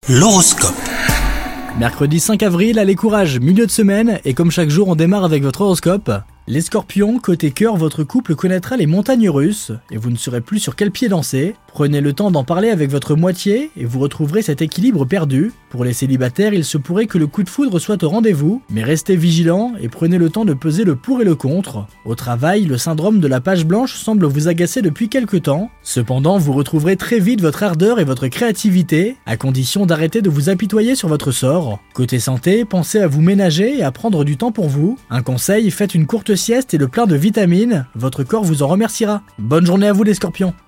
L'horoscope. Mercredi 5 avril, allez courage, milieu de semaine, et comme chaque jour on démarre avec votre horoscope. Les scorpions, côté cœur, votre couple connaîtra les montagnes russes, et vous ne saurez plus sur quel pied danser. Prenez le temps d'en parler avec votre moitié, et vous retrouverez cet équilibre perdu. Pour les célibataires, il se pourrait que le coup de foudre soit au rendez-vous, mais restez vigilants et prenez le temps de peser le pour et le contre. Au travail, le syndrome de la page blanche semble vous agacer depuis quelque temps. Cependant, vous retrouverez très vite votre ardeur et votre créativité, à condition d'arrêter de vous apitoyer sur votre sort. Côté santé, pensez à vous ménager et à prendre du temps pour vous. Un conseil, faites une courte sieste et le plein de vitamines, votre corps vous en remerciera. Bonne journée à vous les scorpions.